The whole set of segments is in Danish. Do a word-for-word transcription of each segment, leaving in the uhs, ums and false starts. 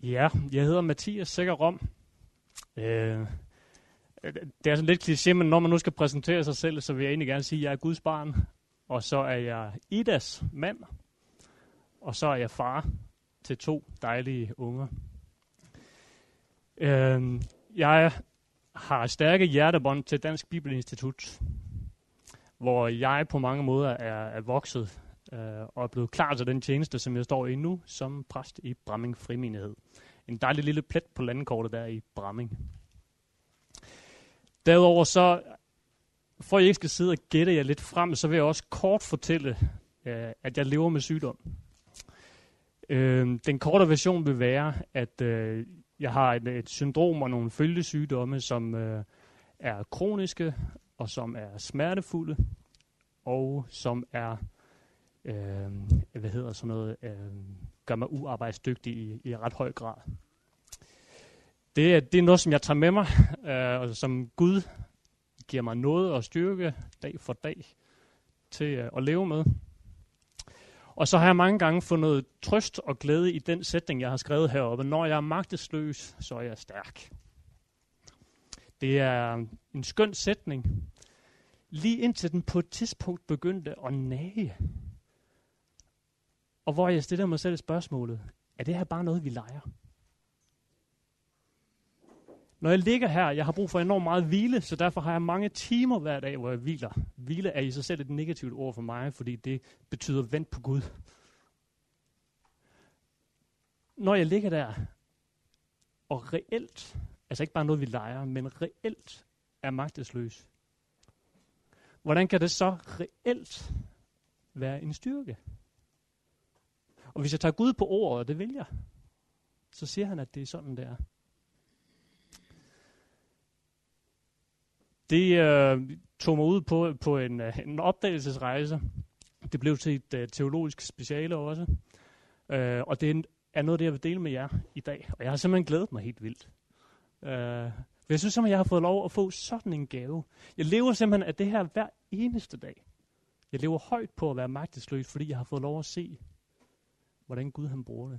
Ja, jeg hedder Mathias Sækker Rom. Øh, det er sådan lidt kliché, men når man nu skal præsentere sig selv, så vil jeg egentlig gerne sige, at jeg er Guds barn. Og så er jeg Idas mand. Og så er jeg far til to dejlige unger. Øh, jeg har stærke hjertebånd til Dansk Bibelinstitut, hvor jeg på mange måder er, er vokset øh, og er blevet klar til den tjeneste, som jeg står i nu som præst i Bramming Frimenighed. En dejlig lille plet på landkortet der i Bramming. Derudover så, for at jeg ikke skal sidde og gætte jer lidt frem, så vil jeg også kort fortælle, øh, at jeg lever med sygdom. Øh, den korte version vil være, at øh, jeg har et, et syndrom og nogle følgesygdomme, som øh, er kroniske og som er smertefulde og som er øh, hvad hedder sådan noget, øh, gør mig uarbejdsdygtig i, i ret høj grad. Det er, det er noget, som jeg tager med mig, øh, og som Gud giver mig noget og styrke dag for dag til øh, at leve med. Og så har jeg mange gange fundet trøst og glæde i den sætning, jeg har skrevet heroppe. Når jeg er magtesløs, så er jeg stærk. Det er en skøn sætning, lige indtil den på et tidspunkt begyndte at nage. Og hvor jeg stiller mig selv spørgsmålet, er det her bare noget, vi leger? Når jeg ligger her, jeg har brug for enormt meget hvile, så derfor har jeg mange timer hver dag, hvor jeg hviler. Hvile er i sig selv et negativt ord for mig, fordi det betyder vent på Gud. Når jeg ligger der, og reelt, altså ikke bare noget, vi leger, men reelt er magtesløs, hvordan kan det så reelt være en styrke? Og hvis jeg tager Gud på ordet, og det vil jeg, så siger han, at det er sådan, det er. Det øh, tog mig ud på, på en, en opdagelsesrejse. Det blev til et uh, teologisk speciale også. Uh, og det er noget, det jeg vil dele med jer i dag. Og jeg har simpelthen glædet mig helt vildt. Uh, jeg synes simpelthen, jeg har fået lov at få sådan en gave. Jeg lever simpelthen af det her hver eneste dag. Jeg lever højt på at være magtesløs, fordi jeg har fået lov at se, hvordan Gud han bruger det.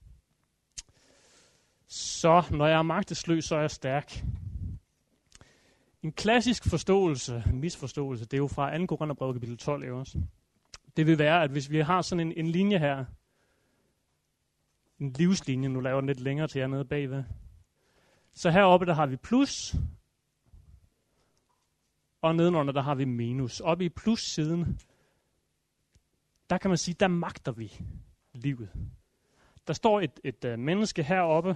Så når jeg er magtesløs, så er jeg stærk. En klassisk forståelse, misforståelse, det er jo fra anden Korintherbrev kapitel tolv også. Det vil være, at hvis vi har sådan en, en linje her, en livslinje, nu laver den lidt længere til jer nede bagved, så heroppe der har vi plus, og nedenunder der har vi minus. Oppe i plus-siden, der kan man sige, der magter vi livet. Der står et, et uh, menneske heroppe,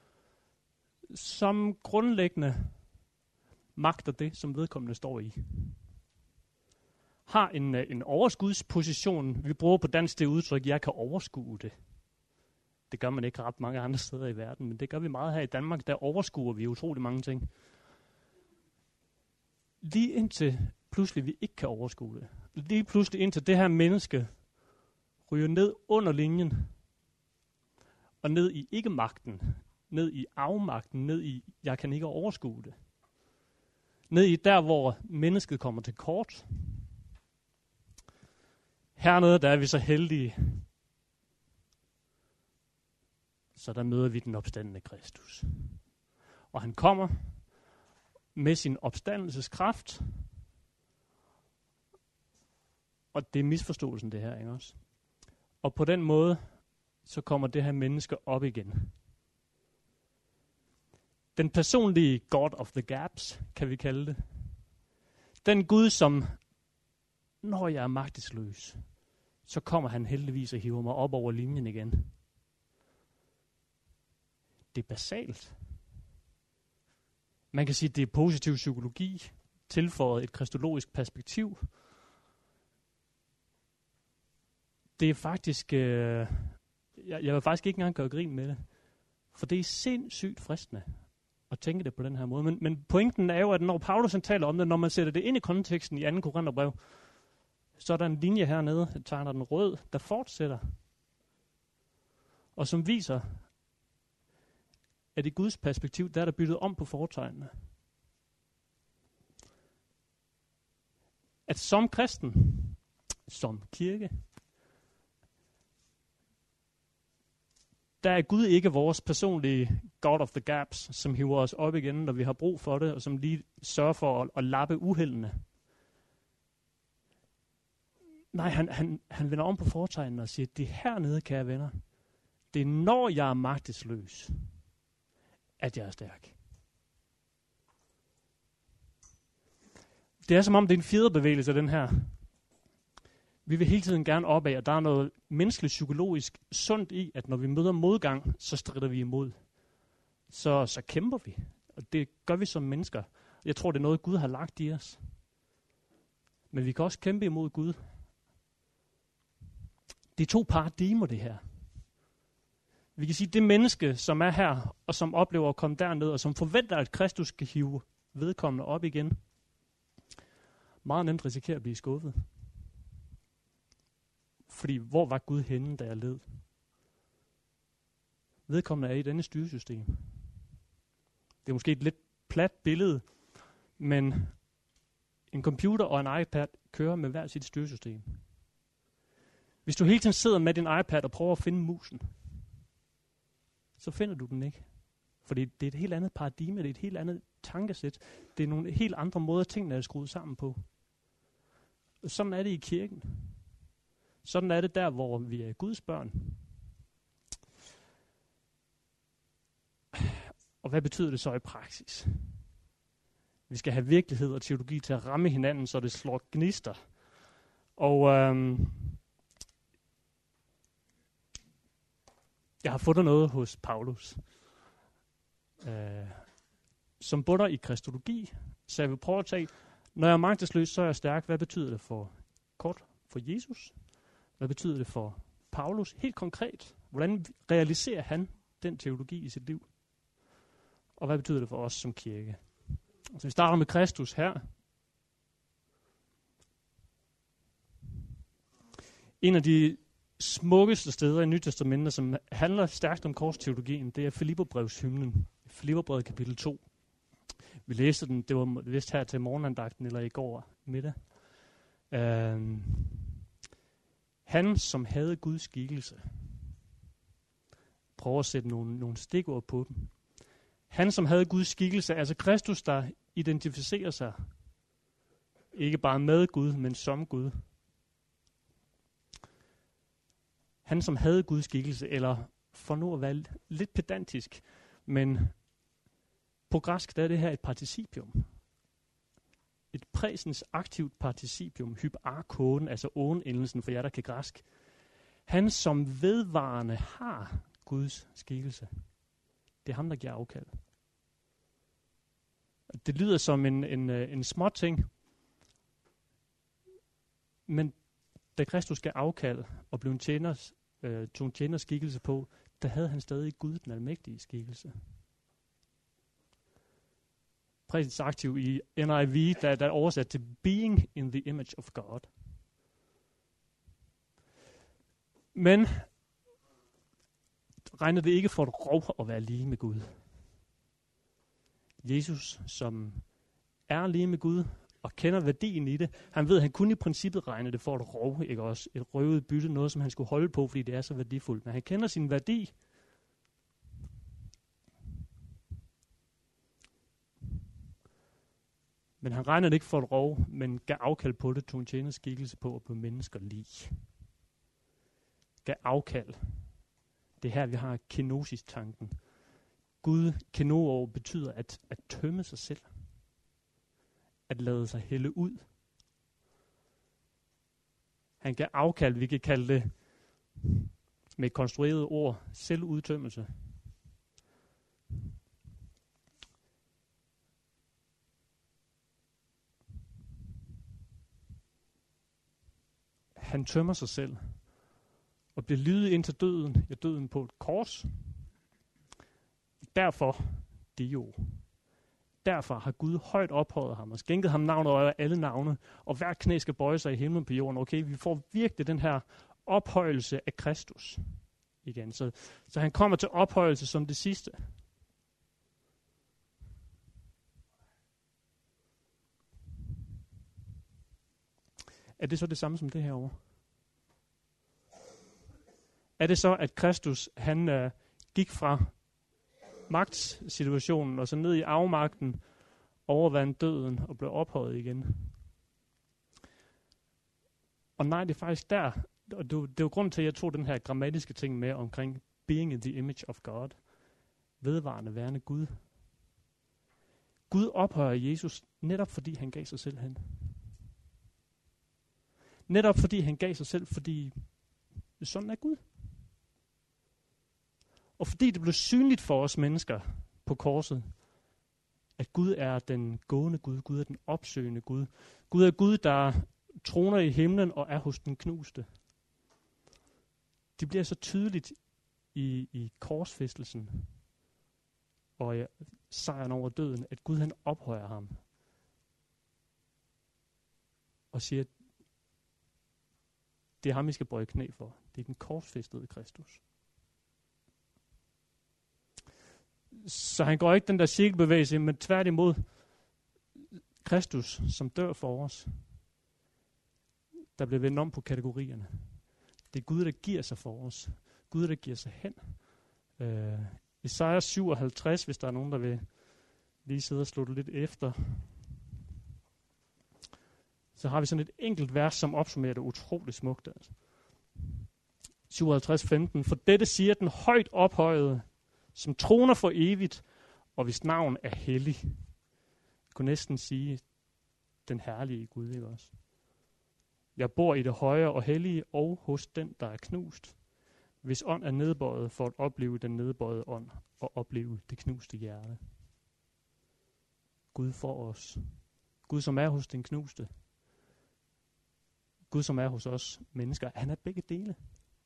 som grundlæggende magter det, som vedkommende står i. Har en, en overskudsposition. Vi bruger på dansk det udtryk, jeg kan overskue det. Det gør man ikke ret mange andre steder i verden, men det gør vi meget her i Danmark. Der overskuer vi utrolig mange ting. Lige indtil pludselig vi ikke kan overskue det. Lige pludselig indtil det her menneske ryger ned under linjen, og ned i ikke-magten, ned i afmagten, ned i, jeg kan ikke overskue det. Ned i der, hvor mennesket kommer til kort. Hernede, der er vi så heldige. Så der møder vi den opstandende Kristus. Og han kommer med sin opstandelseskraft. Og det er misforståelsen det her, ikke også? Og på den måde, så kommer det her menneske op igen. Den personlige God of the Gaps, kan vi kalde det. Den Gud, som, når jeg er magtesløs, så kommer han heldigvis og hiver mig op over linjen igen. Det er basalt. Man kan sige, at det er positiv psykologi, tilføjet et kristologisk perspektiv. Det er faktisk, øh, jeg, jeg vil faktisk ikke engang gøre grin med det, for det er sindssygt fristende at tænke det på den her måde. Men, men pointen er jo, at når Paulus han taler om det, når man sætter det ind i konteksten i anden Korintherbrev, så er der en linje hernede, der tegner den rød, der fortsætter, og som viser, at i Guds perspektiv, der er der byttet om på fortegnene. At som kristen, som kirke, Der er Gud ikke vores personlige God of the gaps, som hiver os op igen, når vi har brug for det, og som lige sørger for at, at lappe uheldene. Nej, han, han, han vender om på fortegnen og siger, det er hernede, kære venner. Det er når jeg er magtesløs, at jeg er stærk. Det er som om, det er en fjederbevægelse, den her. Vi vil hele tiden gerne opad, og der er noget menneskeligt psykologisk sundt i, at når vi møder modgang, så strider vi imod. Så, så kæmper vi. Og det gør vi som mennesker. Jeg tror, det er noget, Gud har lagt i os. Men vi kan også kæmpe imod Gud. Det er to paradigmer, det her. Vi kan sige, at det menneske, som er her, og som oplever at komme derned, og som forventer, at Kristus skal hive vedkommende op igen, meget nemt risikerer at blive skuffet. Fordi, hvor var Gud henne, da jeg led? Vedkommende er i denne styresystem. Det er måske et lidt plat billede, men en computer og en iPad kører med hver sit styresystem. Hvis du hele tiden sidder med din iPad og prøver at finde musen, så finder du den ikke. Fordi det er et helt andet paradigme, det er et helt andet tankesæt. Det er nogle helt andre måder, tingene er skruet sammen på. Sådan er det i kirken. Sådan er det der, hvor vi er Guds børn. Og hvad betyder det så i praksis? Vi skal have virkelighed og teologi til at ramme hinanden, så det slår gnister. Og øhm, jeg har fundet noget hos Paulus, øh, som bunder i kristologi. Så jeg vil prøve at tage, når jeg er magtesløs, så er jeg stærk. Hvad betyder det for kort for Jesus? Hvad betyder det for Paulus? Helt konkret. Hvordan realiserer han den teologi i sit liv? Og hvad betyder det for os som kirke? Så vi starter med Kristus her. En af de smukkeste steder i Nyt Testamentet, som handler stærkt om korsteologien, det er Filipperbrevshymnen. Filipperbrevet kapitel to. Vi læste den, det var vist her til morgenandagten, eller i går middag. Uh, han, som havde Guds skikkelse. Prøv at sætte nogle, nogle stikord på dem. Han, som havde Guds skikkelse, altså Kristus, der identificerer sig ikke bare med Gud, men som Gud. Han, som havde Guds skikkelse, eller for nu at være lidt pedantisk, men på græsk, der er det her et participium. Et præsens aktivt participium, hyparkoden, altså oven-endelsen for jer, der kan græsk. Han, som vedvarende har Guds skikkelse. Det er ham, der giver afkald. Det lyder som en, en, en små ting, men da Kristus gav afkald og blev en tjener, øh, tog en tjeners skikkelse på, der havde han stadig Gud, den almægtige skikkelse. Præsens aktiv i N I V, der, der er oversat til being in the image of God. Men regner det ikke for et rov at være lige med Gud. Jesus, som er lige med Gud og kender værdien i det, han ved, at han kunne i princippet regne det for et rov, ikke også? Et røvet bytte, noget som han skulle holde på, fordi det er så værdifuldt. Men han kender sin værdi. Men han regner det ikke for et rov, men gav afkald på det, tog en tjeners skikkelse på og på mennesker lig. Gav afkald. Det er her, vi har kenosis-tanken. Gud, kenoo, betyder at, at tømme sig selv. At lade sig hælde ud. Han gav afkald, vi kan kalde det med et konstrueret ord, selvudtømmelse. Han tømmer sig selv og bliver lydet ind til døden, ja, døden på et kors. Derfor, Dio. Derfor har Gud højt ophøjet ham og skænket ham navnet over alle navne, og hver knæ skal bøje sig i himlen på jorden. Okay, vi får virkelig den her ophøjelse af Kristus igen. Så, så han kommer til ophøjelse som det sidste. Er det så det samme som det herovre? Er det så, at Kristus, han uh, gik fra magtsituationen og så ned i afmagten, overvandt døden og blev ophøjet igen. Og nej, det er faktisk der, og det, det er jo grund til, at jeg tog den her grammatiske ting med omkring being in the image of God. Vedvarende værende Gud. Gud ophøjer Jesus netop fordi han gav sig selv hen. Netop fordi han gav sig selv, fordi sådan er Gud. Og fordi det blev synligt for os mennesker på korset, at Gud er den gående Gud, Gud er den opsøgende Gud. Gud er Gud, der troner i himlen og er hos den knuste. Det bliver så tydeligt i, i korsfæstelsen og i sejren over døden, at Gud han ophøjer ham og siger, at det er ham, I skal bøje knæ for. Det er den korsfæstede Kristus. Så han går ikke den der cirkelbevægelse, men tværtimod Kristus, som dør for os. Der bliver vendt om på kategorierne. Det er Gud, der giver sig for os. Gud, der giver sig hen. Uh, Esajas syvoghalvtreds, hvis der er nogen, der vil lige sidde og slå det lidt efter. Så har vi sådan et enkelt vers, som opsummerer det utroligt smukt. Altså. syvoghalvtreds femten. For dette siger den højt ophøjede, som troner for evigt, og hvis navn er hellig. Jeg kunne næsten sige, den herlige Gud, ikke også? Jeg bor i det høje og hellige, og hos den, der er knust. Hvis ånd er nedbøjet, for at opleve den nedbøjede ånd, og opleve det knuste hjerte. Gud for os. Gud, som er hos den knuste. Gud, som er hos os mennesker. Han er begge dele.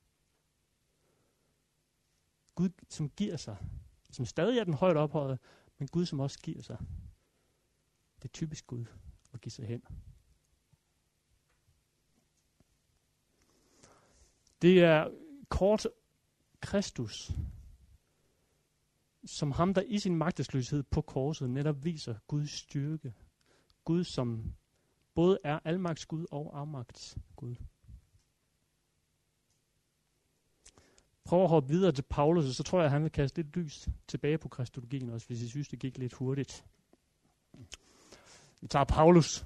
Gud, som giver sig. Som stadig er den højt ophøjede, men Gud, som også giver sig. Det er typisk Gud at give sig hen. Det er kort Kristus, som ham, der i sin magtesløshed på korset netop viser Guds styrke. Gud, som både er almagts Gud og afmagts Gud. Prøv at hoppe videre til Paulus, og så tror jeg, at han vil kaste lidt lys tilbage på kristologien også, hvis I synes, det gik lidt hurtigt. Vi tager Paulus.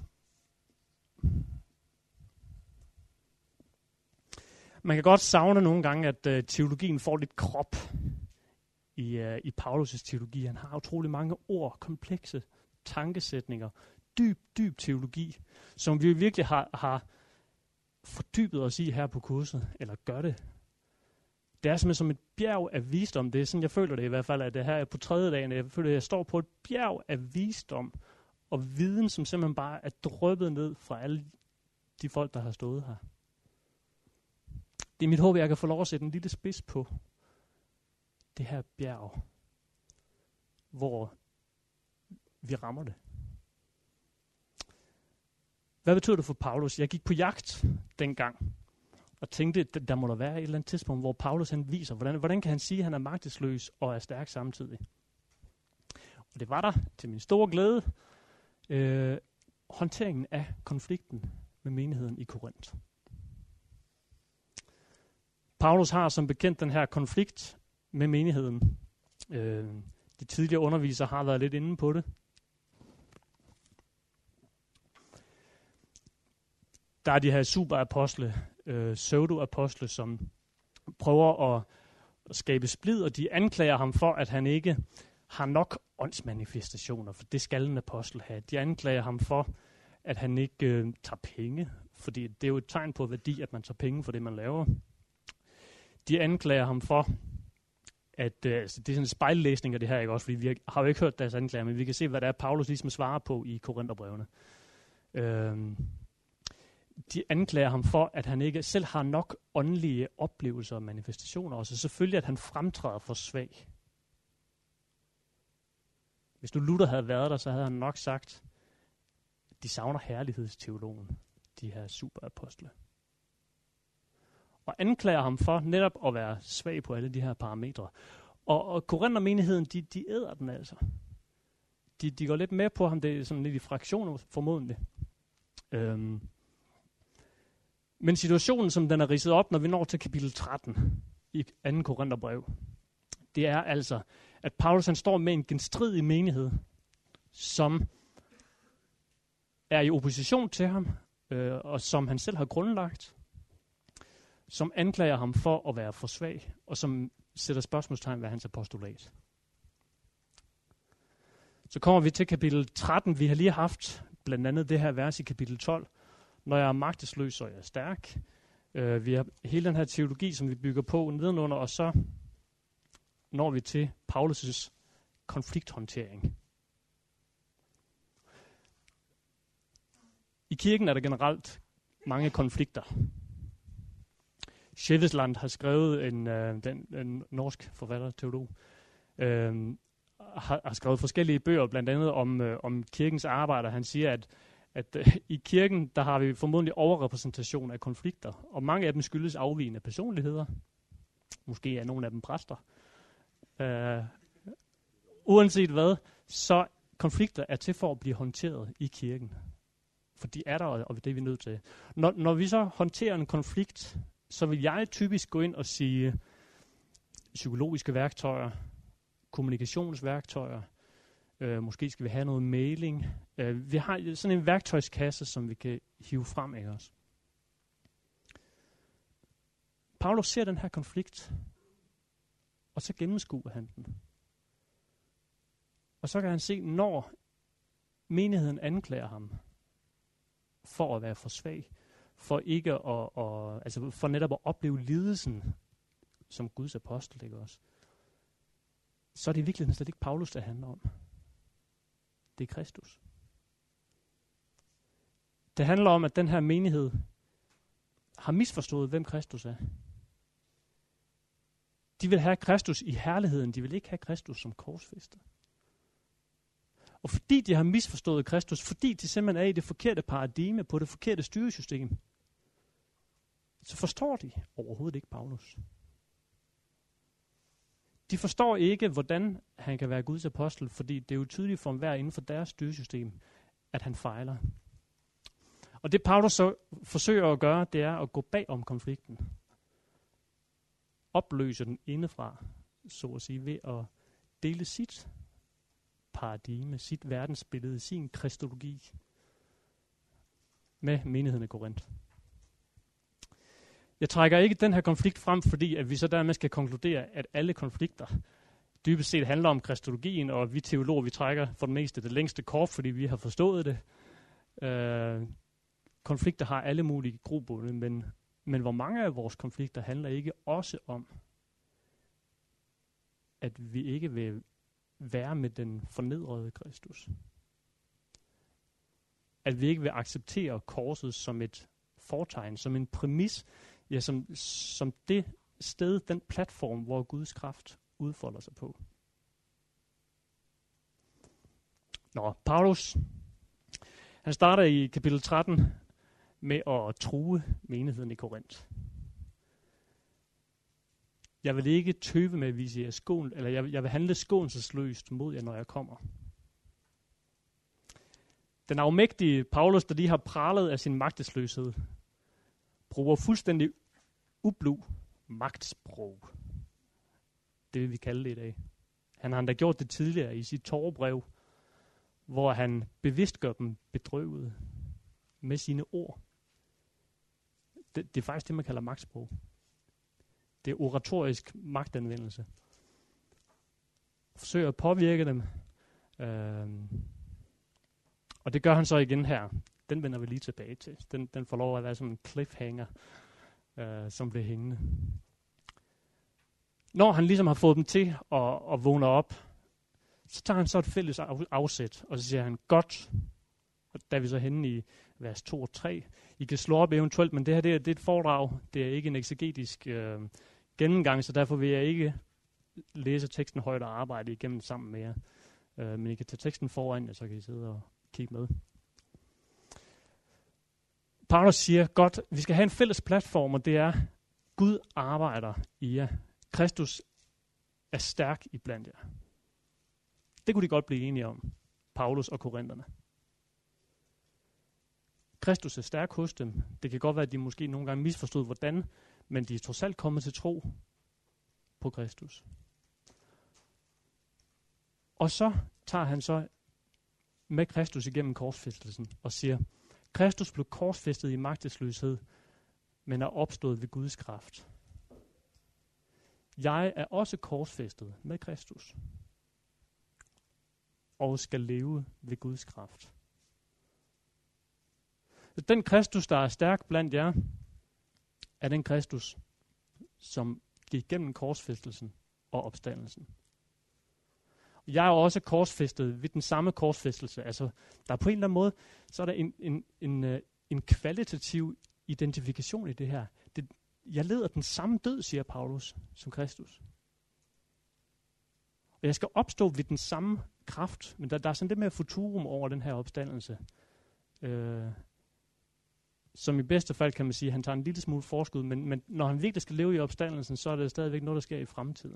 Man kan godt savne nogle gange, at uh, teologien får lidt krop i, uh, i Paulus' teologi. Han har utrolig mange ord, komplekse tankesætninger, dyb, dyb teologi, som vi virkelig har, har fordybet os i her på kurset, eller gør det. Det er simpelthen som et bjerg af visdom. Det er sådan, jeg føler det i hvert fald, at det her er på tredje dagen. Jeg føler, at jeg står på et bjerg af visdom og viden, som simpelthen bare er dryppet ned fra alle de folk, der har stået her. Det er mit håb, at jeg kan få lov at sætte en lille spids på det her bjerg, hvor vi rammer det. Hvad betyder det for Paulus? Jeg gik på jagt dengang, og tænkte, der må der være et eller andet tidspunkt, hvor Paulus han viser, hvordan, hvordan kan han sige, at han er magtesløs og er stærk samtidig. Og det var der, til min store glæde, øh, håndteringen af konflikten med menigheden i Korinth. Paulus har som bekendt den her konflikt med menigheden. Øh, de tidligere undervisere har været lidt inde på det. Der er de her superapostle, øh, pseudo-apostle, som prøver at, at skabe splid, og de anklager ham for, at han ikke har nok åndsmanifestationer, for det skal en apostel have. De anklager ham for, at han ikke øh, tager penge, fordi det er jo et tegn på værdi, at man tager penge for det, man laver. De anklager ham for, at øh, altså det er sådan en spejllæsning af det her, ikke også, fordi vi har jo ikke hørt deres anklager, men vi kan se, hvad det er, Paulus ligesom svarer på i Korintherbrevene. Øh, De anklager ham for, at han ikke selv har nok åndelige oplevelser og manifestationer, og så selvfølgelig, at han fremtræder for svag. Hvis nu Luther havde været der, så havde han nok sagt, at de savner herlighedsteologen, de her superapostle. Og anklager ham for netop at være svag på alle de her parametre. Og, og Korinthermenigheden, de, de æder den altså. De, de går lidt med på ham, det er sådan lidt i fraktioner formodentlig. Øhm. Men situationen, som den er ridset op, når vi når til kapitel tretten i anden Korintherbrev, det er altså, at Paulus han står med en genstridig menighed, som er i opposition til ham, øh, og som han selv har grundlagt, som anklager ham for at være for svag, og som sætter spørgsmålstegn ved hans apostolat. Så kommer vi til kapitel tretten. Vi har lige haft blandt andet det her vers i kapitel tolv. Når jeg er magtesløs, så er jeg stærk. Uh, vi har hele den her teologi, som vi bygger på nedenunder, og så når vi til Paulus' konflikthåndtering. I kirken er der generelt mange konflikter. Schevesland har skrevet, en, øh, den, en norsk forfatter, teolog, øh, har, har skrevet forskellige bøger, blandt andet om, øh, om kirkens arbejde. Han siger, at, at øh, i kirken, der har vi formodentlig overrepræsentation af konflikter, og mange af dem skyldes afvigende personligheder. Måske er nogle af dem præster. Øh, uanset hvad, så konflikter er til for at blive håndteret i kirken. For de er der, og det er vi nødt til. Når, når vi så håndterer en konflikt, så vil jeg typisk gå ind og sige psykologiske værktøjer, kommunikationsværktøjer, øh, måske skal vi have noget mailing. Øh, vi har sådan en værktøjskasse, som vi kan hive frem af os. Paulus ser den her konflikt, og så gennemskuer han den. Og så kan han se, når menigheden anklager ham for at være for svag, for ikke at, at, altså for netop at opleve lidelsen som Guds apostel, ikke også? Så er det i virkeligheden slet ikke Paulus, der handler om. Det er Kristus. Det handler om, at den her menighed har misforstået, hvem Kristus er. De vil have Kristus i herligheden, de vil ikke have Kristus som korsfæster. Og fordi de har misforstået Kristus, fordi de simpelthen er i det forkerte paradigme, på det forkerte styresystem, så forstår de overhovedet ikke Paulus. De forstår ikke, hvordan han kan være Guds apostel, fordi det er jo tydeligt for enhver inden for deres styresystem, at han fejler. Og det Paulus så forsøger at gøre, det er at gå bag om konflikten. Opløse den indefra, så at sige, ved at dele sit paradigme, sit verdensbillede, sin kristologi med menigheden i Korinth. Jeg trækker ikke den her konflikt frem, fordi at vi så dermed skal konkludere, at alle konflikter dybest set handler om kristologien, og vi teologer, vi trækker for det meste det længste kort, fordi vi har forstået det. Øh, konflikter har alle mulige grobunde, men, men hvor mange af vores konflikter handler ikke også om, at vi ikke vil være med den fornedrede Kristus. At vi ikke vil acceptere korset som et fortegn, som en præmis, ja, som, som det sted, den platform, hvor Guds kraft udfolder sig på. Nå, Paulus, han starter i kapitel tretten med at true menigheden i Korinth. Jeg vil ikke tøve med at vise jer skån, eller jeg, jeg vil handle skånselsløst mod jer, når jeg kommer. Den afmægtige Paulus, der lige har pralet af sin magtesløshed, bruger fuldstændig ublu magtsprog. Det vil vi kalde det i dag. Han har endda gjort det tidligere i sit tårebrev, hvor han bevidst gør dem bedrøvet med sine ord. Det, det er faktisk det, man kalder magtsprog. Det er oratorisk magtanvendelse. Forsøger at påvirke dem. Øhm, og det gør han så igen her. Den vender vi lige tilbage til. Den, den får lov at være sådan en cliffhanger, øh, som bliver hængende. Når han ligesom har fået dem til at, at vågne op, så tager han så et fælles afsæt, og så siger han, godt, og der er vi så henne i vers to og tre. I kan slå op eventuelt, men det her det er, det er et foredrag. Det er ikke en eksegetisk øh, gennemgang, så derfor vil jeg ikke læse teksten højt og arbejde igennem sammen med jer. Øh, men I kan tage teksten foran, og så kan I sidde og kigge med. Paulus siger, godt, vi skal have en fælles platform, og det er, Gud arbejder i jer. Kristus er stærk i blandt jer. Det kunne de godt blive enige om, Paulus og korinterne. Kristus er stærk hos dem. Det kan godt være, at de måske nogle gange misforstod, hvordan, men de er trods alt kommet til tro på Kristus. Og så tager han så med Kristus igennem korsfæstelsen og siger, Kristus blev korsfæstet i magtesløshed, men er opstået ved Guds kraft. Jeg er også korsfæstet med Kristus og skal leve ved Guds kraft. Den Kristus, der er stærk blandt jer, er den Kristus, som gik gennem korsfæstelsen og opstandelsen. Jeg er også korsfæstet ved den samme korsfæstelse. Altså, der er på en eller anden måde, så er der en, en, en, en kvalitativ identifikation i det her. Det, jeg leder den samme død, siger Paulus, som Kristus. Og jeg skal opstå ved den samme kraft, men der, der er sådan det med futurum over den her opstandelse. Øh, som i bedste fald kan man sige, at han tager en lille smule forskud, men, men når han virkelig skal leve i opstandelsen, så er det stadigvæk noget, der sker i fremtiden.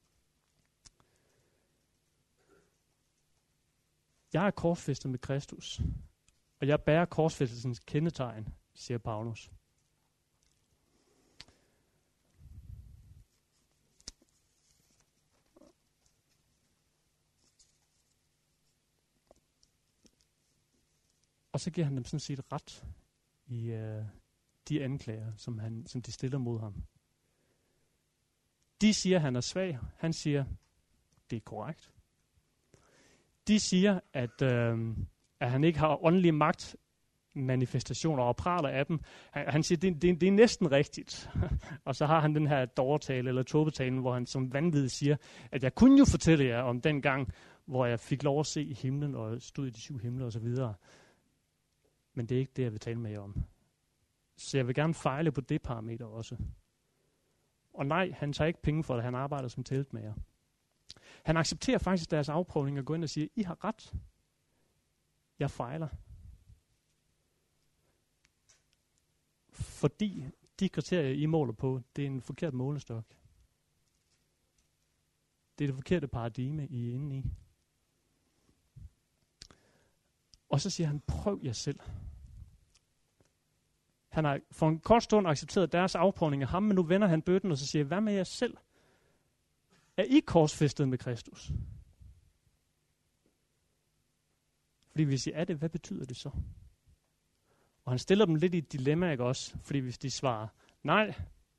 Jeg er korsfæstet med Kristus, og jeg bærer korsfæstelsens kendetegn, siger Paulus. Og så giver han dem sådan set ret i øh, de anklager, som, han, som de stiller mod ham. De siger, at han er svag. Han siger, det er korrekt. De siger, at, øh, at han ikke har åndelig magt manifestationer og praler af dem. Han, han siger, det, det, det er næsten rigtigt. Og så har han den her dårtale eller tåbetalen, hvor han som vanvittig siger, at jeg kunne jo fortælle jer om den gang, hvor jeg fik lov at se himlen og stod i de syv himle og så videre. Men det er ikke det, jeg vil tale med jer om. Så jeg vil gerne fejle på det parameter også. Og nej, han tager ikke penge for det, han arbejder som teltmager. Han accepterer faktisk deres afprøvning og går ind og siger, I har ret. Jeg fejler. Fordi de kriterier, I måler på, det er en forkert målestok. Det er det forkerte paradigme, I er inde i. Og så siger han, prøv jer selv. Han har for en kort stund accepteret deres afprøvning af ham, men nu vender han bøtten, og så siger, hvad med jer selv? Er I korsfæstet med Kristus? Fordi hvis I er det, hvad betyder det så? Og han stiller dem lidt i et dilemma, ikke også? Fordi hvis de svarer nej,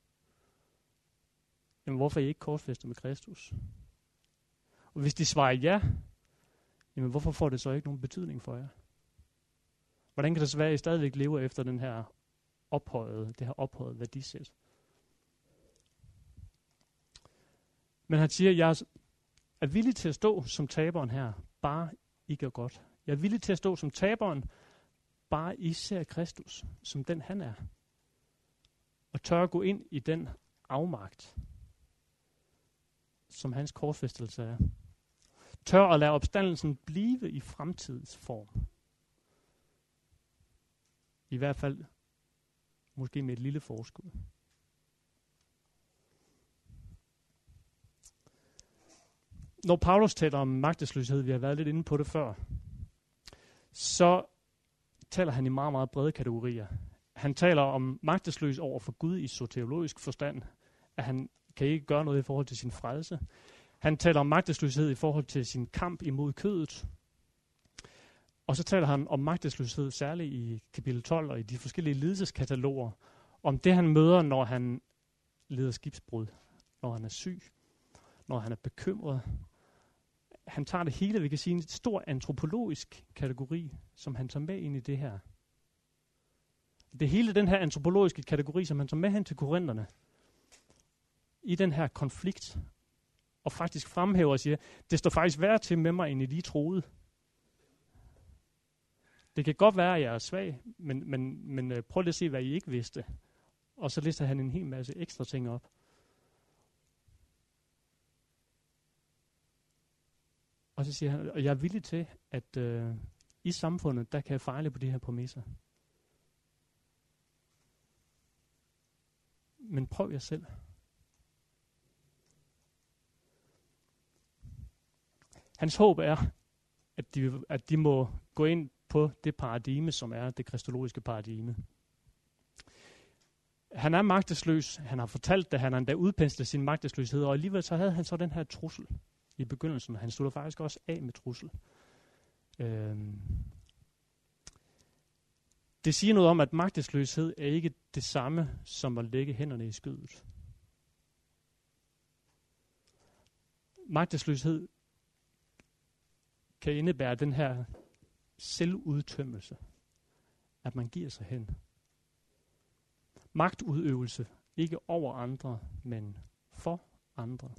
jamen hvorfor er I ikke korsfæstet med Kristus? Og hvis de svarer ja, jamen hvorfor får det så ikke nogen betydning for jer? Hvordan kan det så være, at I stadigvæk lever efter den her ophøjede, det her ophøjede værdisæt? Men han siger, jeg er villig til at stå som taberen her, bare I gør godt. Jeg er villig til at stå som taberen, bare I ser Kristus, som den han er. Og tør at gå ind i den afmagt, som hans korsfæstelse er. Tør at lade opstandelsen blive i fremtidens form. I hvert fald måske med et lille forskud. Når Paulus taler om magtesløshed, vi har været lidt inde på det før, så taler han i meget, meget brede kategorier. Han taler om magtesløs over for Gud i soteriologisk forstand, at han kan ikke gøre noget i forhold til sin frelse. Han taler om magtesløshed i forhold til sin kamp imod kødet. Og så taler han om magtesløshed, særligt i kapitel tolv og i de forskellige lidelseskataloger, om det han møder, når han lider skibsbrud, når han er syg, når han er bekymret. Han tager det hele, vi kan sige, en stor antropologisk kategori, som han tager med ind i det her. Det er hele den her antropologiske kategori, som han tager med hen til korinterne, i den her konflikt, og faktisk fremhæver og siger, det står faktisk værre til med mig, end I lige troede. Det kan godt være, at jeg er svag, men, men, men uh, prøv lige at se, hvad I ikke vidste. Og så lister han en hel masse ekstra ting op. Og så siger han, og jeg er villig til, at uh, i samfundet, der kan jeg fejle på de her præmisser. Men prøv jer selv. Hans håb er, at de, at de må gå ind på det paradigme, som er det kristologiske paradigme. Han er magtesløs. Han har fortalt det. Han har endda udpenslet sin magtesløshed. Og alligevel så havde han så den her trussel. i begyndelsen. Han slutter faktisk også af med trussel. Øhm. Det siger noget om, at magtesløshed er ikke det samme som at lægge hænderne i skødet. Magtesløshed kan indebære den her selvudtømmelse, at man giver sig hen. Magtudøvelse, ikke over andre, men for andre.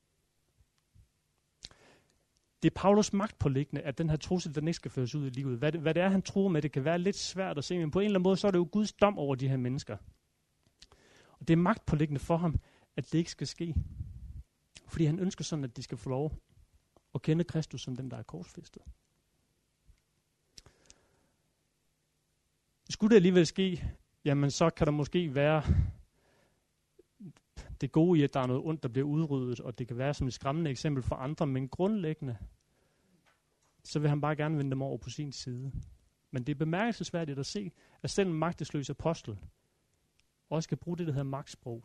Det er Paulus magtpåliggende, at den her trussel, den ikke skal føres ud i livet. Hvad det, hvad det er, han tror med, det kan være lidt svært at se, men på en eller anden måde, så er det jo Guds dom over de her mennesker. Og det er magtpåliggende for ham, at det ikke skal ske. Fordi han ønsker sådan, at de skal få lov at kende Kristus som den, der er korsfæstet. Skulle det alligevel ske, jamen så kan der måske være det gode i, at der er noget ondt, der bliver udryddet, og det kan være som et skræmmende eksempel for andre, men grundlæggende, så vil han bare gerne vende dem over på sin side. Men det er bemærkelsesværdigt at se, at selv en magtesløs apostel også skal bruge det, der hedder magtsprog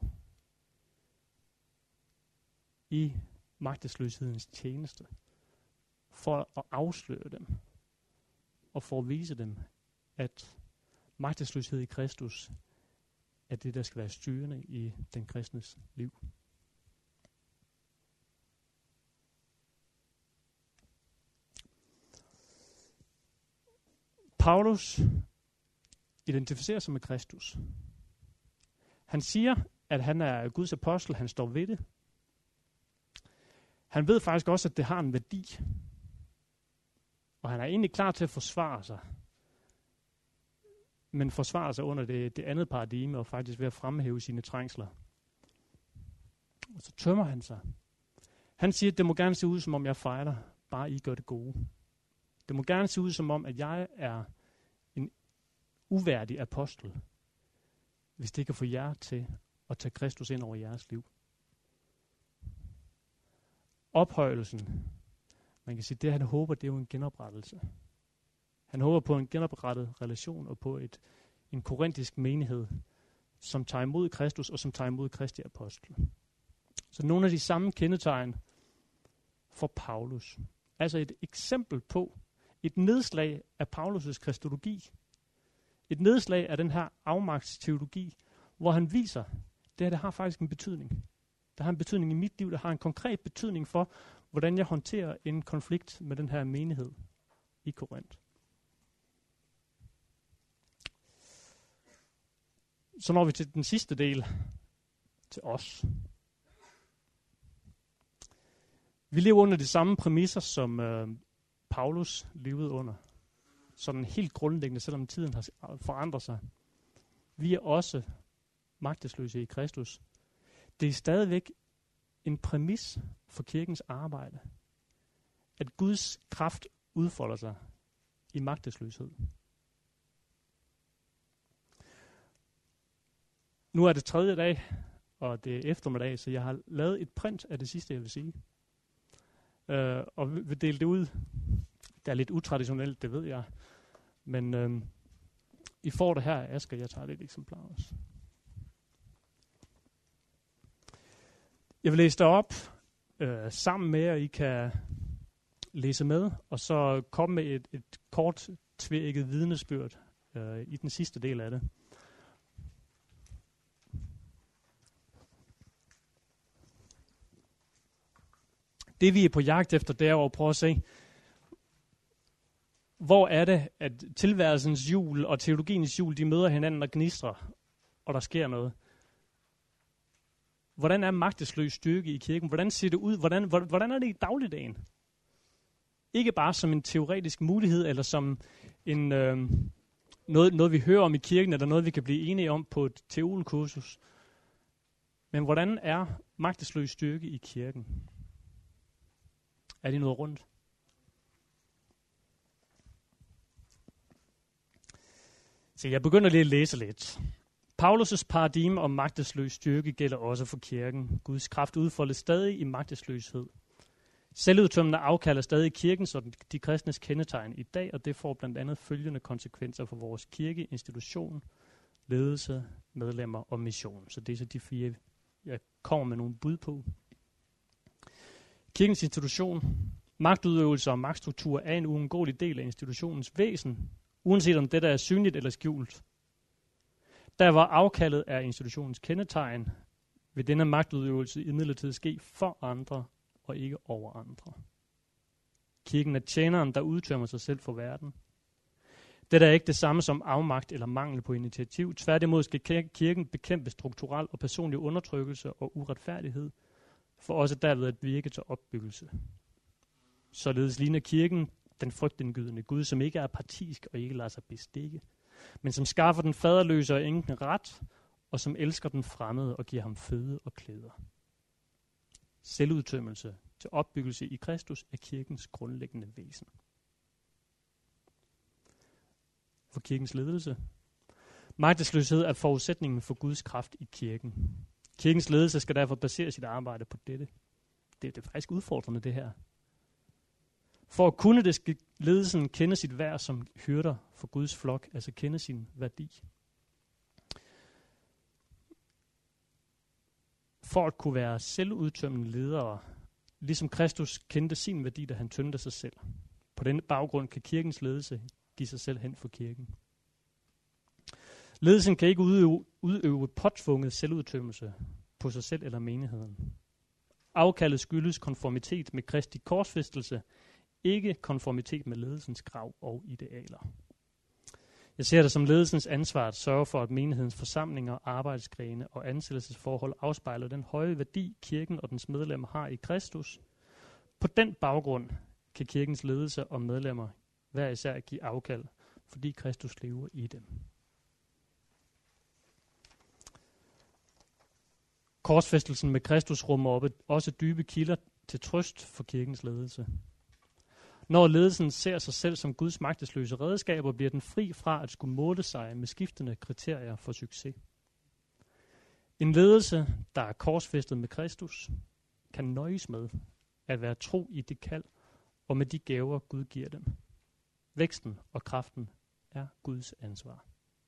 i magtesløshedens tjeneste, for at afsløre dem, og for at vise dem, at magtesløshed i Kristus er det, der skal være styrende i den kristnes liv. Paulus identificerer sig med Kristus. Han siger, at han er Guds apostel, han står ved det. Han ved faktisk også, at det har en værdi. Og han er egentlig klar til at forsvare sig. Men forsvare sig under det, det andet paradigme, og faktisk ved at fremhæve sine trængsler. Og så tømmer han sig. Han siger, at det må gerne se ud, som om jeg fejler, bare I gør det gode. Det må gerne se ud, som om, at jeg er en uværdig apostel, hvis det kan få jer til at tage Kristus ind over jeres liv. Ophøjelsen, man kan sige, det han håber, det er jo en genoprettelse. Han håber på en genoprettet relation og på et, en korintisk menighed, som tager imod Kristus og som tager imod Kristi apostel. Så nogle af de samme kendetegn for Paulus. Altså et eksempel på et nedslag af Paulus' kristologi. Et nedslag af den her afmagtsteologi, hvor han viser, at det her det har faktisk en betydning. Der har en betydning i mit liv, der har en konkret betydning for, hvordan jeg håndterer en konflikt med den her menighed i Korinth. Så når vi til den sidste del, til os. Vi lever under de samme præmisser, som øh, Paulus levede under. Sådan helt grundlæggende, selvom tiden har forandret sig. Vi er også magtesløse i Kristus. Det er stadigvæk en præmis for kirkens arbejde, at Guds kraft udfolder sig i magtesløshed. Nu er det tredje dag, og det er eftermiddag, så jeg har lavet et print af det sidste, jeg vil sige. Uh, og vil dele det ud. Det er lidt utraditionelt, det ved jeg. Men uh, I får det her af Asger, jeg tager lidt eksemplar også. Jeg vil læse det op uh, sammen med, og I kan læse med, og så komme med et, et kort tvækket vidnesbyrd uh, i den sidste del af det. Det vi er på jagt efter, det er at prøve at se, hvor er det, at tilværelsens hjul og teologiens hjul, de møder hinanden og gnistrer, og der sker noget. Hvordan er magtesløs styrke i kirken? Hvordan ser det ud? Hvordan, hvordan er det i dagligdagen? Ikke bare som en teoretisk mulighed, eller som en, øh, noget, noget, vi hører om i kirken, eller noget, vi kan blive enige om på et teolkursus. Men hvordan er magtesløs styrke i kirken? Er det noget rundt? Så jeg begynder lige at læse lidt. Paulus' paradigme om magtesløs styrke gælder også for kirken. Guds kraft udfoldes stadig i magtesløshed. Selvudtømmende afkalder stadig kirken som de kristnes kendetegn i dag, og det får blandt andet følgende konsekvenser for vores kirke, institution, ledelse, medlemmer og mission. Så det er så de fire, jeg kommer med nogle bud på. Kirkens institution, magtudøvelse og magtstruktur er en uundgåelig del af institutionens væsen, uanset om dette er synligt eller skjult. Der hvor afkaldet er institutionens kendetegn, vil denne magtudøvelse imidlertid ske for andre og ikke over andre. Kirken er tjeneren, der udtømmer sig selv for verden. Dette er ikke det samme som afmagt eller mangel på initiativ. Tværtimod skal kirken bekæmpe strukturel og personlig undertrykkelse og uretfærdighed, for også derved at virke til opbyggelse. Således ligner kirken den frygtindgydende Gud, som ikke er partisk og ikke lader sig bestikke, men som skaffer den faderløse og enken ret, og som elsker den fremmede og giver ham føde og klæder. Selvudtømmelse til opbyggelse i Kristus er kirkens grundlæggende væsen. For kirkens ledelse. Magtesløshed er forudsætningen for Guds kraft i kirken. Kirkens ledelse skal derfor basere sit arbejde på dette. Det, det er faktisk udfordrende, det her. For at kunne det, skal ledelsen kende sit værd som hyrder for Guds flok, altså kende sin værdi. For at kunne være selvudtømmende ledere, ligesom Kristus kendte sin værdi, da han tømte sig selv. På denne baggrund kan kirkens ledelse give sig selv hen for kirken. Ledelsen kan ikke udøve, udøve påtvunget selvudtømmelse på sig selv eller menigheden. Afkaldet skyldes konformitet med Kristi korsfæstelse, ikke konformitet med ledelsens krav og idealer. Jeg ser det som ledelsens ansvar at sørge for, at menighedens forsamlinger, arbejdsgrene og ansættelsesforhold afspejler den høje værdi, kirken og dens medlemmer har i Kristus. På den baggrund kan kirkens ledelse og medlemmer hver især give afkald, fordi Kristus lever i dem. Korsfæstelsen med Kristus rummer op også dybe kilder til trøst for kirkens ledelse. Når ledelsen ser sig selv som Guds magtesløse redskaber, bliver den fri fra at skulle måle sig med skiftende kriterier for succes. En ledelse, der er korsfæstet med Kristus, kan nøjes med at være tro i det kald og med de gaver, Gud giver dem. Væksten og kraften er Guds ansvar.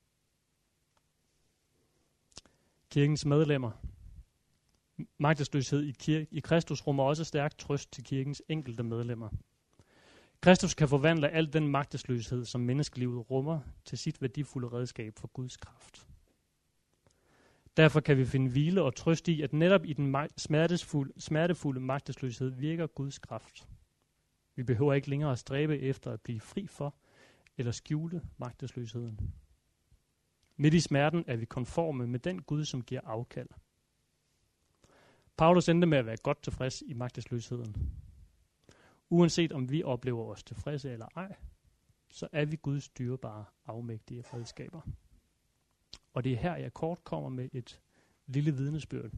Kirkens medlemmer. Magtesløshed i, kirke, i Kristus rummer også stærk trøst til kirkens enkelte medlemmer. Kristus kan forvandle al den magtesløshed, som menneskelivet rummer, til sit værdifulde redskab for Guds kraft. Derfor kan vi finde hvile og trøst i, at netop i den smertefulde, smertefulde magtesløshed virker Guds kraft. Vi behøver ikke længere at stræbe efter at blive fri for eller skjule magtesløsheden. Midt i smerten er vi konforme med den Gud, som giver afkald. Paulus endte med at være godt tilfreds i magtesløsheden. Uanset om vi oplever os tilfredse eller ej, så er vi Guds dyrebare, afmægtige redskaber. Og det er her, jeg kort kommer med et lille vidnesbyrd.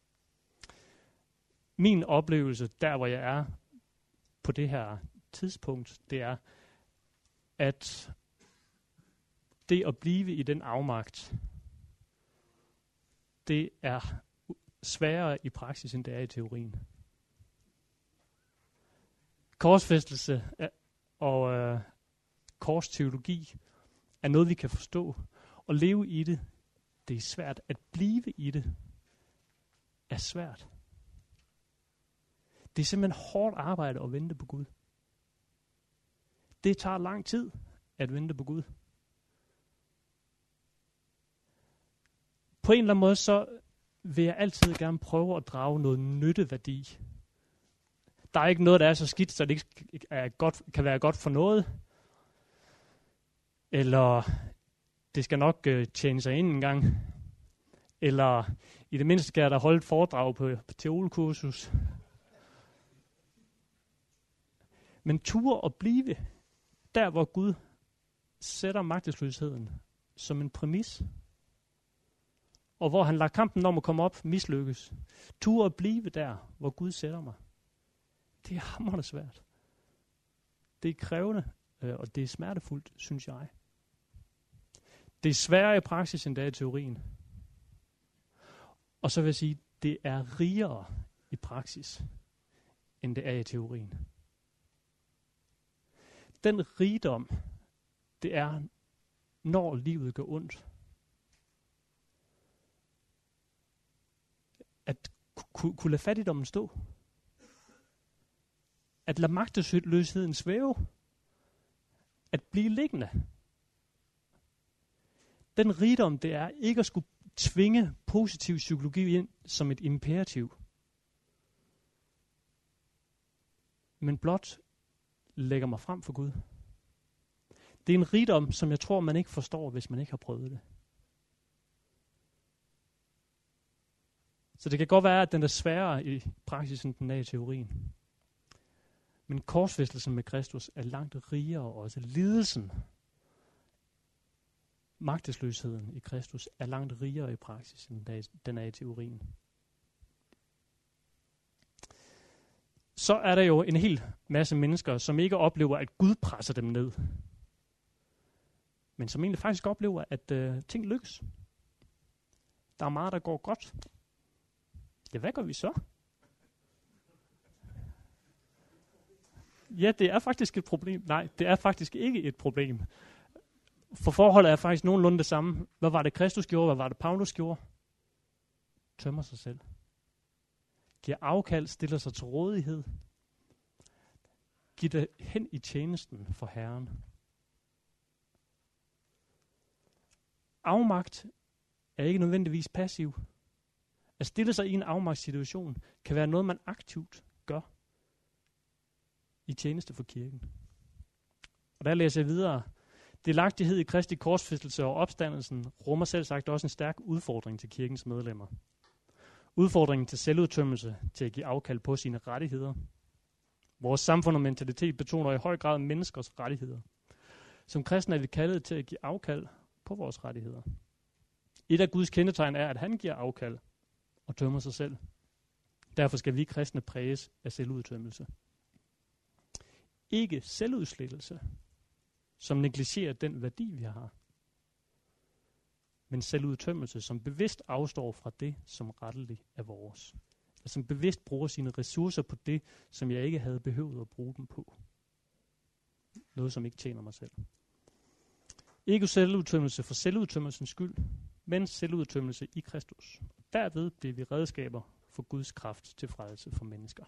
Min oplevelse, der hvor jeg er på det her tidspunkt, det er, at det at blive i den afmagt, det er sværere i praksis, end det er i teorien. Korsfæstelse og øh, korsteologi er noget, vi kan forstå. Og leve i det, det er svært. At blive i det, er svært. Det er simpelthen hårdt arbejde at vente på Gud. Det tager lang tid at vente på Gud. På en eller anden måde, så vil jeg altid gerne prøve at drage noget nytteværdi. Der er ikke noget, der er så skidt, så det ikke er godt, kan være godt for noget. Eller det skal nok øh, tjene sig ind en gang. Eller i det mindste skal jeg da holde et foredrag på, på teolkursus. Men ture og blive der, hvor Gud sætter magtesløsheden som en præmis. Og hvor han lader kampen om at komme op mislykkes. Ture og blive der, hvor Gud sætter mig. Det er hamrende svært. Det er krævende, øh, og det er smertefuldt, synes jeg. Det er sværere i praksis, end det er i teorien. Og så vil jeg sige, det er rigere i praksis, end det er i teorien. Den rigdom, det er, når livet går ondt. At kunne lade fattigdommen stå. at lade magtesløsheden svæve. At blive liggende. Den rigdom, det er ikke at skulle tvinge positiv psykologi ind som et imperativ. Men blot lægger mig frem for Gud. Det er en rigdom, som jeg tror, man ikke forstår, hvis man ikke har prøvet det. Så det kan godt være, at den er sværere i praksis, end den er i teorien. Men korsfæstelsen med Kristus er langt rigere også. Lidelsen, magtesløsheden i Kristus er langt rigere i praksis, end den er i teorien. Så er der jo en hel masse mennesker, som ikke oplever, at Gud presser dem ned. Men som egentlig faktisk oplever, at øh, ting lykkes. Der er meget, der går godt. Ja, hvad gør vi så? Ja, det er faktisk et problem. Nej, det er faktisk ikke et problem. For forholdet er faktisk nogenlunde det samme. Hvad var det, Kristus gjorde? Hvad var det, Paulus gjorde? Tømmer sig selv. Giver afkald, stiller sig til rådighed. Giver det hen i tjenesten for Herren. Afmagt er ikke nødvendigvis passiv. At stille sig i en afmagtssituation kan være noget, man aktivt gør i tjeneste for kirken. Og der læser jeg videre. Delagtighed i Kristi korsfæstelse og opstandelsen rummer selv sagt også en stærk udfordring til kirkens medlemmer. Udfordringen til selvudtømmelse, til at give afkald på sine rettigheder. Vores samfund og mentalitet betoner i høj grad menneskers rettigheder. Som kristne er vi kaldet til at give afkald på vores rettigheder. Et af Guds kendetegn er, at han giver afkald og tømmer sig selv. Derfor skal vi kristne præges af selvudtømmelse. Ikke selvudslettelse, som negligerer den værdi, vi har. Men selvudtømmelse, som bevidst afstår fra det, som retteligt er vores. Altså, som bevidst bruger sine ressourcer på det, som jeg ikke havde behøvet at bruge dem på. Noget, som ikke tjener mig selv. Ikke selvudtømmelse for selvudtømmelsens skyld, men selvudtømmelse i Kristus. Derved bliver vi redskaber for Guds kraft til frelse for mennesker.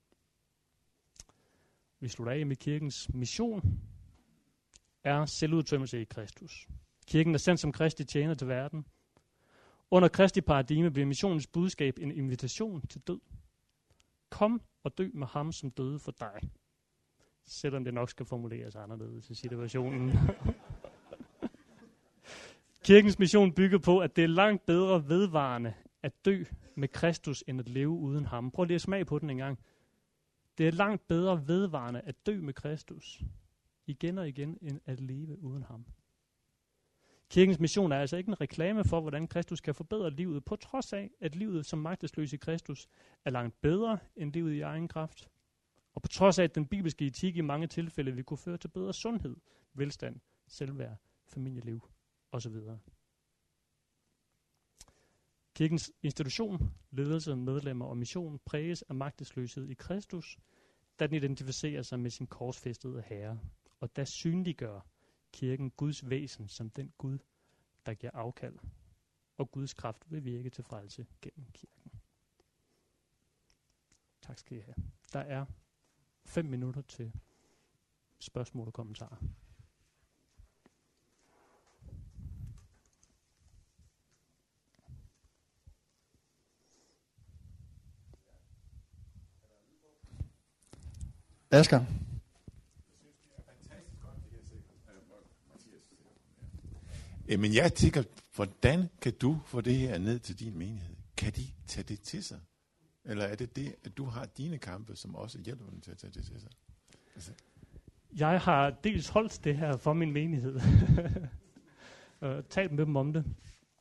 Vi slutter af med kirkens mission er selvudtømmelse i Kristus. Kirken er sendt som Kristi tjener til verden. Under Kristi paradigme bliver missionens budskab en invitation til død. Kom og dø med ham, som døde for dig. Selvom det nok skal formuleres anderledes i situationen. Kirkens mission bygger på, at det er langt bedre vedvarende at dø med Kristus, end at leve uden ham. Prøv lige at smage på den en gang. Det er langt bedre vedvarende at dø med Kristus, igen og igen, end at leve uden ham. Kirkens mission er altså ikke en reklame for, hvordan Kristus kan forbedre livet, på trods af, at livet som magtesløs i Kristus er langt bedre end livet i egen kraft. Og på trods af, at den bibelske etik i mange tilfælde vil kunne føre til bedre sundhed, velstand, selvværd, familieliv osv. Kirkens institution, ledelse, medlemmer og mission præges af magtesløshed i Kristus, da den identificerer sig med sin korsfæstede Herre, og der synliggør kirken Guds væsen som den Gud, der giver afkald, og Guds kraft vil virke til frelse gennem kirken. Tak skal I have. Der er fem minutter til spørgsmål og kommentarer. Asger. Men jeg tænker, hvordan kan du få det her ned til din menighed? Kan de tage det til sig? Eller er det det, at du har dine kampe, som også hjælper dem til at tage det til sig? Altså. Jeg har dels holdt det her for min menighed. og talt med dem om det.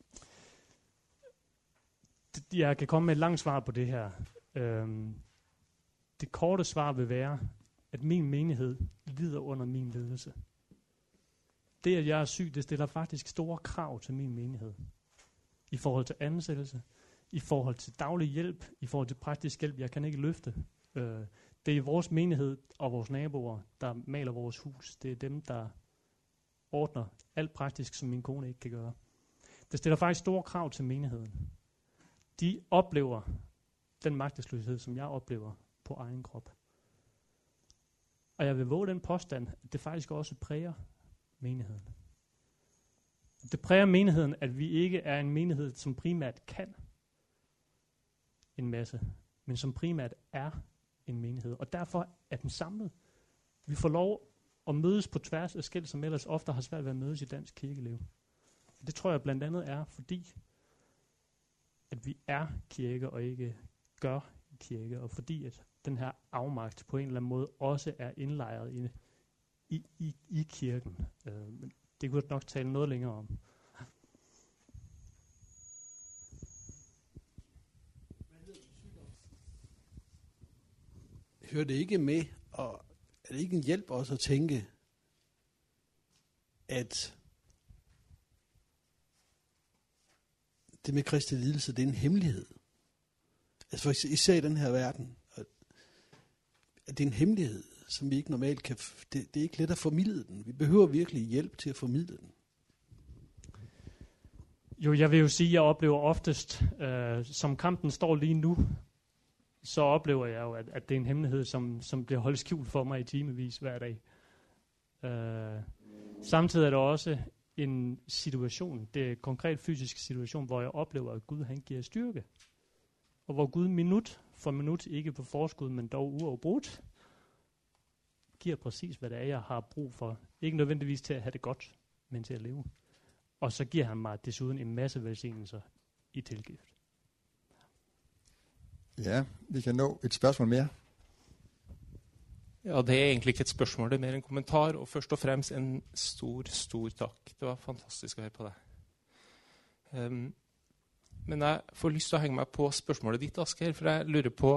Jeg kan komme med et langt svar på det her. Øhm, det korte svar vil være, at min menighed lider under min ledelse. Det, at jeg er syg, det stiller faktisk store krav til min menighed. I forhold til ansættelse, i forhold til daglig hjælp, i forhold til praktisk hjælp. Jeg kan ikke løfte. Øh, det er vores menighed og vores naboer, der maler vores hus. Det er dem, der ordner alt praktisk, som min kone ikke kan gøre. Det stiller faktisk store krav til menigheden. De oplever den magtesløshed, som jeg oplever på egen krop. Og jeg vil våge den påstand, at det faktisk også præger menigheden. Det præger menigheden, at vi ikke er en menighed, som primært kan en masse, men som primært er en menighed. Og derfor er den samlet. Vi får lov at mødes på tværs af skel, som ellers ofte har svært ved at mødes i dansk kirkeliv. Det tror jeg blandt andet er, fordi at vi er kirke og ikke gør kirke, og fordi at den her afmagt på en eller anden måde også er indlejret i, i, i, i kirken. Øh, men det kunne jeg nok tale noget længere om. Hører det ikke med, og er det ikke en hjælp også at tænke, at det med Kristi lidelse, det er en hemmelighed. Altså for især i den her verden, at det er en hemmelighed, som vi ikke normalt kan, det, det er ikke let at formidle den. Vi behøver virkelig hjælp til at formidle den. Jo, jeg vil jo sige, at jeg oplever oftest, øh, som kampen står lige nu, så oplever jeg jo, at, at det er en hemmelighed, som, som bliver holdt skjult for mig i timevis hver dag. Øh, samtidig er der også en situation, det er en konkret fysisk situation, hvor jeg oplever, at Gud han giver styrke. Og hvor Gud minut for minut, ikke på forskud, men dog uafbrudt, giver præcis, hvad det er, jeg har brug for. Ikke nødvendigvis til at have det godt, men til at leve. Og så giver han mig desuden en masse velsignelser i tilgift. Ja, vi kan nå et spørgsmål mere. Ja, det er egentlig ikke et spørsmål, det er mer en kommentar, og først og fremst en stor, stor takk. Det var fantastisk å høre på deg. Um, men jeg får lyst til å henge meg på spørsmålet ditt, Asger, for jeg lurer på,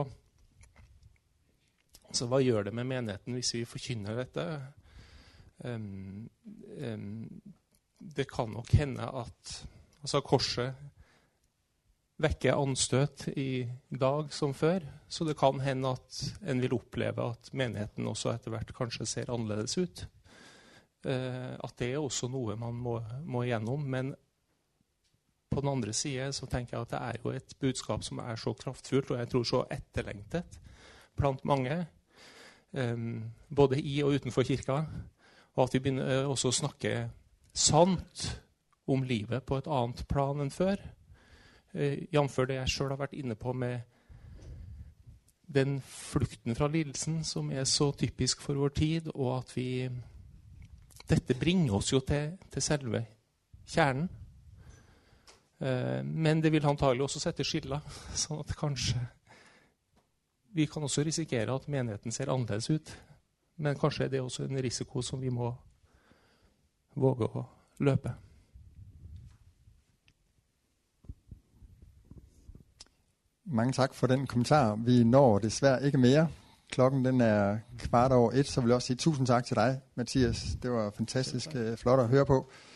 altså, hva gjør det med menigheten hvis vi forkynner dette? Um, um, det kan nok hende at altså, korset vekker anstøt i dag som før, så det kan hende at en vil oppleve at menigheten også etter hvert kanskje ser annerledes ut. Uh, at det er også noe man må, må igjennom, men på den andre side så tenker jeg at det er jo et budskap som er så kraftfullt, og jeg tror så etterlengtet blant mange, um, både i og utenfor kirka, og at vi begynner også å snakke sant om livet på et annet plan enn før. Uh, Jamfør det jeg selv har vært inne på med den flukten fra lidelsen som er så typisk for vår tid, og at vi, dette bringer oss jo til, til selve kjernen. Uh, men det vil antagelig også sette skiller, sånn at kanskje vi kan også risikere at menigheten ser annerledes ut. Men kanskje er det også en risiko som vi må våge å løpe. Mange tak for den kommentar. Vi når desværre ikke mere. Klokken den er kvart over et, så vil jeg også sige tusind tak til dig, Mathias. Det var fantastisk flot at høre på.